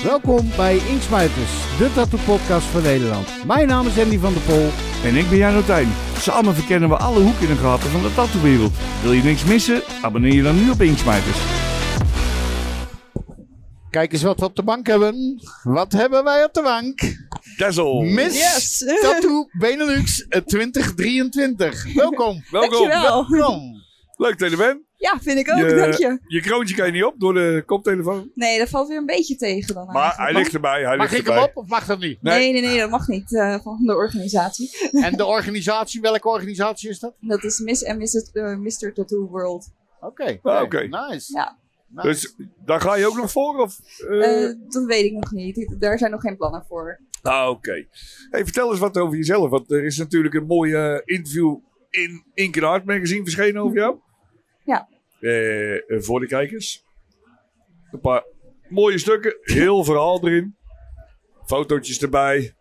Welkom bij Inksmuiters, de tattoo-podcast van Nederland. Mijn naam is Andy van der Pol. En ik ben Jan Otijn. Samen verkennen we alle hoeken en gaten van de tattoo-wereld. Wil je niks missen? Abonneer je dan nu op Inksmuiters. Kijk eens wat we op de bank hebben. Wat hebben wij op de bank? Dazzle. Miss Tattoo Benelux 2023. Welkom. Dankjewel. Welkom. Leuk dat je er bent. Ja, vind ik ook, dank je. Je kroontje kan je niet op door de koptelefoon. Nee, dat valt weer een beetje tegen dan Maar eigenlijk. hij ligt erbij. Mag ik hem op of mag dat niet? Nee, dat mag niet van de organisatie. En de organisatie, welke organisatie is dat? Dat is Miss en Mr. Tattoo World. Oké. Oké. Nice. Ja. Nice. Dus daar ga je ook nog voor? Of, Dat weet ik nog niet. Daar zijn nog geen plannen voor. Oké. Hey, vertel eens wat over jezelf. Want er is natuurlijk een mooie interview in Ink & Art magazine verschenen over jou. Ja. Voor de kijkers. Een paar mooie stukken. Heel verhaal erin. Fotootjes erbij.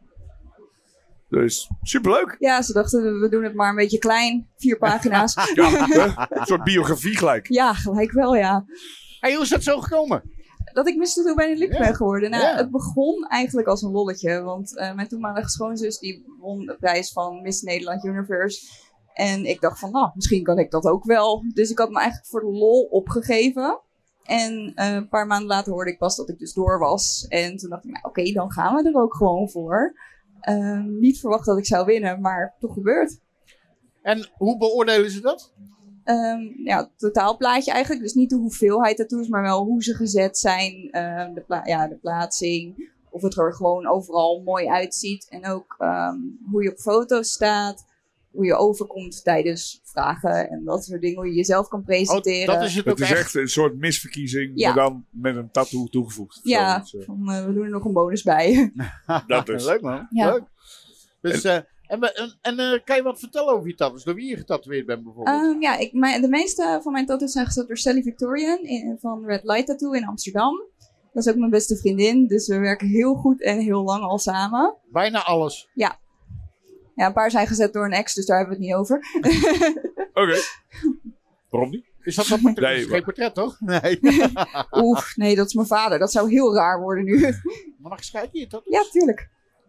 Dus superleuk. Ja, ze dachten we doen het maar een beetje klein. 4 pagina's. Ja, een soort biografie gelijk. Ja, gelijk wel, ja. Hey, hoe is dat zo gekomen? Dat ik Mr. Tattoo bij de Luc ben geworden. Nou, Ja. Het begon eigenlijk als een lolletje. Want mijn toenmalige schoonzus die won de prijs van Miss Nederland Universe. En ik dacht van, nou, misschien kan ik dat ook wel. Dus ik had me eigenlijk voor de lol opgegeven. En een paar maanden later hoorde ik pas dat ik dus door was. En toen dacht ik, nou oké, dan gaan we er ook gewoon voor. Niet verwacht dat ik zou winnen, maar toch gebeurd. En hoe beoordelen ze dat? Ja, het totaalplaatje eigenlijk. Dus niet de hoeveelheid tattoos, maar wel hoe ze gezet zijn. De plaatsing. Of het er gewoon overal mooi uitziet. En ook hoe je op foto's staat. Hoe je overkomt tijdens vragen en dat soort dingen. Hoe je jezelf kan presenteren. Dat is het ook Het is echt een soort misverkiezing, Ja. maar dan met een tattoo toegevoegd. Ja, Zoiets, we doen er nog een bonus bij. dat is. Leuk man. Ja. Leuk. Dus, kan je wat vertellen over je tattoos? Door wie je getatoeëerd bent bijvoorbeeld? De meeste van mijn tattoos zijn gezet door Sally Victorian van Red Light Tattoo in Amsterdam. Dat is ook mijn beste vriendin, dus we werken heel goed en heel lang al samen. Bijna alles. Ja, een paar zijn gezet door een ex, dus daar hebben we het niet over. Oké. Waarom niet? Is dat een portret? Nee, Is geen maar- portret, toch? Nee. Oef, nee, dat is mijn vader. Dat zou heel raar worden nu. Maar mag ik kijken hier, tattoos? Ja, tuurlijk.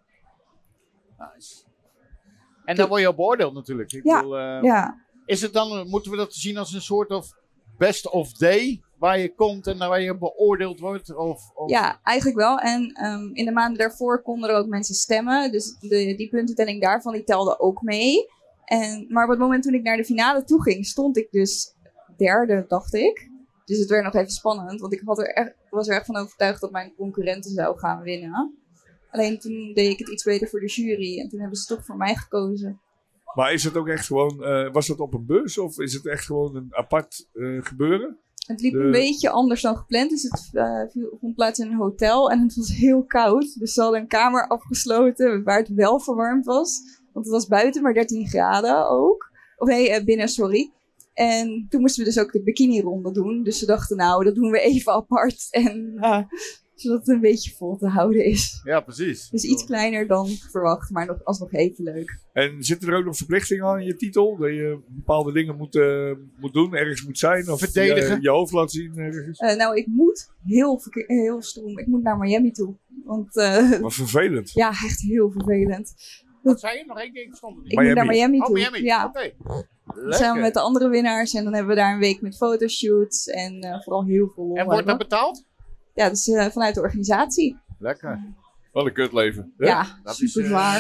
Nice. En dan word je op beoordeeld natuurlijk. Ik Ja, bedoel, Ja. Is het dan, moeten we dat zien als een soort of best of day? Waar je komt en waar je beoordeeld wordt? Of... Ja, eigenlijk wel. En in de maanden daarvoor konden er ook mensen stemmen. Dus die puntentelling daarvan, die telde ook mee. Maar op het moment toen ik naar de finale toe ging, stond ik dus derde, dacht ik. Dus het werd nog even spannend. Want ik was er echt van overtuigd dat mijn concurrenten zou gaan winnen. Alleen toen deed ik het iets beter voor de jury. En toen hebben ze toch voor mij gekozen. Maar is het ook echt gewoon, was dat op een bus of is het echt gewoon een apart gebeuren? Het liep een beetje anders dan gepland. Dus het vond plaats in een hotel. En het was heel koud. Dus ze hadden een kamer afgesloten waar het wel verwarmd was. Want het was buiten maar 13 graden ook. Of nee, binnen, sorry. En toen moesten we dus ook de bikini-ronde doen. Dus ze dachten, nou, dat doen we even apart. En zodat het een beetje vol te houden is. Ja, precies. Dus iets kleiner dan verwacht, maar alsnog even leuk. En zitten er ook nog verplichtingen aan in je titel? Dat je bepaalde dingen moet doen, ergens moet zijn? Of Verdedigen. je hoofd laten zien ergens? Nou, ik moet heel stom. Ik moet naar Miami toe. Want Wat vervelend. ja, echt heel vervelend. Wat zei je? Nog één keer? Ik verstond het niet. Ik moet naar Miami Oh, toe. Miami. Ja. Oké. Samen met de andere winnaars. En dan hebben we daar een week met fotoshoots. En vooral heel veel lol En wordt dat hebben. betaald? Ja, dus vanuit de organisatie. Lekker. Wat een kutleven. Ja, Dat is, super zwaar.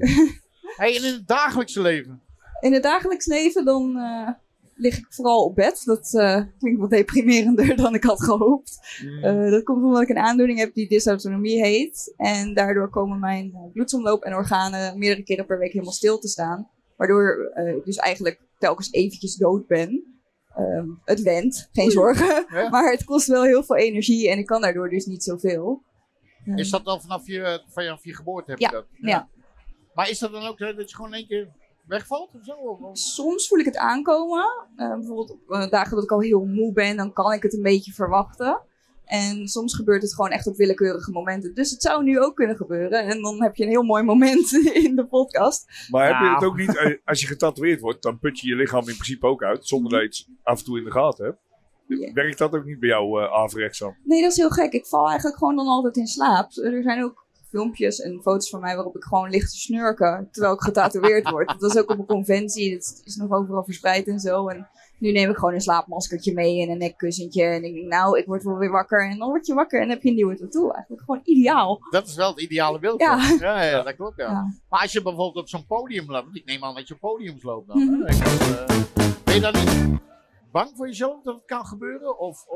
Hey, en in het dagelijkse leven? In het dagelijks leven dan lig ik vooral op bed. Dat klinkt wat deprimerender dan ik had gehoopt. Dat komt omdat ik een aandoening heb die dysautonomie heet. En daardoor komen mijn bloedsomloop en organen meerdere keren per week helemaal stil te staan. Waardoor ik dus eigenlijk telkens eventjes dood ben. Het went, geen zorgen. Ja. Maar het kost wel heel veel energie en ik kan daardoor dus niet zoveel. Is dat dan vanaf je geboorte? Heb Ja, je dat? ja. Maar is dat dan ook dat je gewoon in één keer wegvalt of zo? Of? Soms voel ik het aankomen. Bijvoorbeeld op dagen dat ik al heel moe ben, dan kan ik het een beetje verwachten. En soms gebeurt het gewoon echt op willekeurige momenten. Dus het zou nu ook kunnen gebeuren. En dan heb je een heel mooi moment in de podcast. Maar heb je Nou. het ook niet, als je getatoeëerd wordt, dan put je je lichaam in principe ook uit, zonder dat je het af en toe in de gaten hebt. Ja. Werkt dat ook niet bij jou, averechts? Nee, dat is heel gek. Ik val eigenlijk gewoon dan altijd in slaap. Er zijn ook filmpjes en foto's van mij waarop ik gewoon lig te snurken terwijl ik getatoeëerd word. Dat was ook op een conventie. Dat is nog overal verspreid en zo. En nu neem ik gewoon een slaapmaskertje mee en een nekkussentje. En ik denk, nou, ik word wel weer wakker. En dan word je wakker en heb je een nieuwe tattoo. Eigenlijk gewoon ideaal. Dat is wel het ideale beeld. Ja. Ja, dat klopt, ja. Ja. Maar als je bijvoorbeeld op zo'n podium loopt, ik neem aan dat je op podiums loopt dan. Mhm. Hè? Ben je dan niet bang voor jezelf dat het kan gebeuren? Of...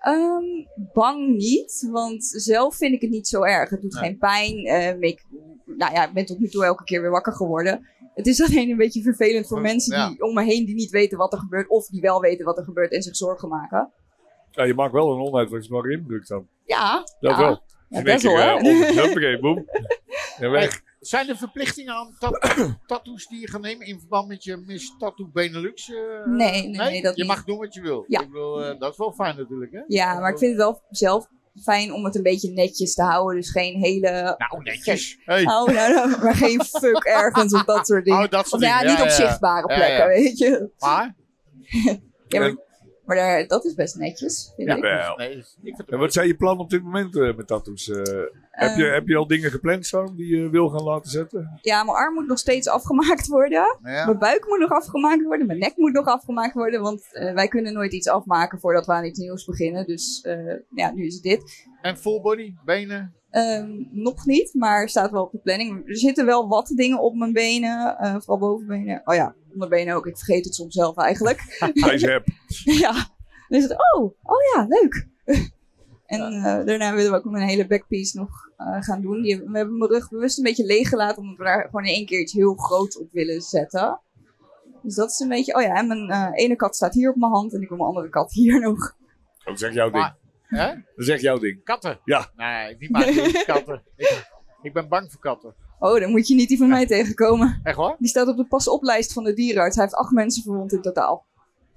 Bang niet, want zelf vind ik het niet zo erg. Het doet Nee. geen pijn. Ik ben tot nu toe elke keer weer wakker geworden. Het is alleen een beetje vervelend voor mensen Ja. die om me heen die niet weten wat er gebeurt. Of die wel weten wat er gebeurt en zich zorgen maken. Ja, je maakt wel een onuitwisbare indruk dan. Ja, Dat ja. wel. Ja, best wel, hè? Huppakee, boem. En weg. Zijn er verplichtingen aan tattoos die je gaat nemen in verband met je Miss Tattoo Benelux? Nee, dat je niet. mag doen wat je wil. Ja. Ik bedoel, dat is wel fijn natuurlijk, hè? Ja, maar ik vind het wel zelf fijn om het een beetje netjes te houden. Dus geen hele... Nou, netjes. Hey. Maar geen fuck ergens of dat soort dingen. Oh, dat soort Of ja, dingen. niet op zichtbare plekken, weet je. Maar? Ja, maar dat is best netjes, vind Ja, ik. Wel. nee, ik vind het En wat zijn je plannen op dit moment met tattoos? Heb je al dingen gepland staan die je wil gaan laten zetten? Ja, mijn arm moet nog steeds afgemaakt worden. Ja. Mijn buik moet nog afgemaakt worden. Mijn nek moet nog afgemaakt worden. Want wij kunnen nooit iets afmaken voordat we aan iets nieuws beginnen. Dus nu is het dit. En full body, benen? Nog niet, maar staat wel op de planning. Er zitten wel wat dingen op mijn benen. Vooral bovenbenen. Oh ja, onderbenen ook. Ik vergeet het soms zelf eigenlijk. Deze heb. Ja. Dan is het, oh ja, leuk. En daarna willen we ook een hele backpiece nog gaan doen. We hebben mijn rug bewust een beetje leeg gelaten. Omdat we daar gewoon in één keer iets heel groots op willen zetten. Dus dat is een beetje... Oh ja, en mijn ene kat staat hier op mijn hand. En ik wil mijn andere kat hier nog. Dat is echt jouw ding. Maar, hè? Dat is echt jouw ding. Katten? Ja. Nee, die maken niet katten. Ik ben bang voor katten. Oh, dan moet je niet die van mij tegenkomen. Echt hoor? Die staat op de pas-op-lijst van de dierenarts. Hij heeft 8 mensen verwond in totaal.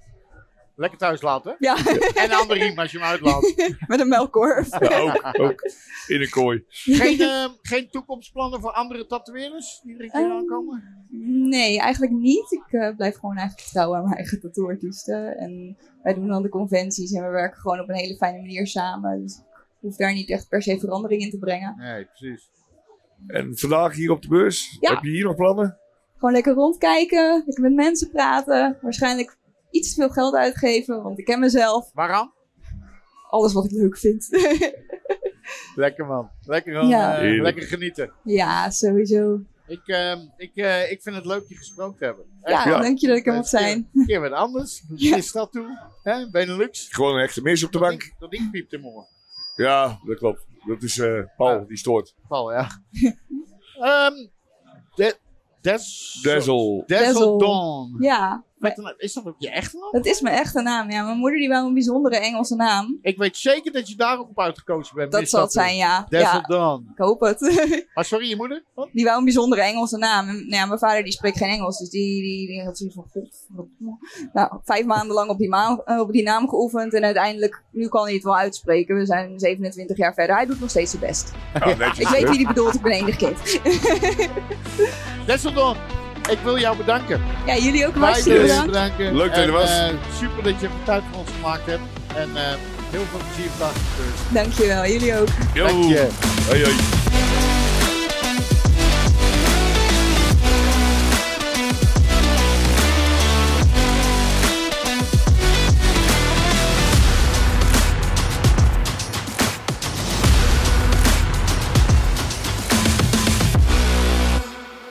Lekker thuis laten. Ja, En een andere riem als je hem uitlaat. met een melkkorf. Ja, ook. In een kooi. Geen toekomstplannen voor andere tatoeëerders die er een keer aankomen? Nee, eigenlijk niet. Ik blijf gewoon eigenlijk trouw aan mijn eigen tattooartiesten. En wij doen dan de conventies en we werken gewoon op een hele fijne manier samen. Dus ik hoef daar niet echt per se verandering in te brengen. Nee, precies. En vandaag hier op de beurs, Ja. heb je hier nog plannen? Gewoon lekker rondkijken, lekker met mensen praten. Waarschijnlijk iets te veel geld uitgeven, want ik ken mezelf. Waaraan? Alles wat ik leuk vind. Lekker man. Lekker gewoon, Ja. lekker genieten. Ja, sowieso. Ik vind het leuk je gesproken te hebben. Ja, Ja. dank je dat ik er mocht zijn. Een keer wat anders. Ja. Is dat toe? Hè? Benelux. Gewoon een echte mis op de bank. Dat ding piept in morgen. Ja, dat klopt. Dat is Paul, Ja. die stoort. Val, ja. Dazzle Dazzle. Dawn. Ja, Is dat ook je echte naam? dat is mijn echte naam. Ja, mijn moeder die wou een bijzondere Engelse naam. Ik weet zeker dat je daar ook op uitgekozen bent. Dat Miss zal het Tattoo. zijn, ja. Dazzle Ja, Dawn. ik hoop het. Ah, sorry, je moeder? Wat? Die wou een bijzondere Engelse naam. En, nou ja, mijn vader die spreekt geen Engels. Dus die had zoiets van... Nou, 5 maanden lang op die naam geoefend. En uiteindelijk, nu kan hij het wel uitspreken. We zijn 27 jaar verder. Hij doet nog steeds zijn best. Nou, netjes. Ik weet wie die bedoelt. Ik ben enig kind. Dazzle Dawn. Ik wil jou bedanken. Ja, jullie ook Wij hartstikke willen je bedankt. bedanken. Leuk dat je er En, was. Super dat je even tijd voor ons gemaakt hebt. En heel veel plezier vandaag. Dankjewel, jullie ook. Yo. Dank je. Hoi, hoi.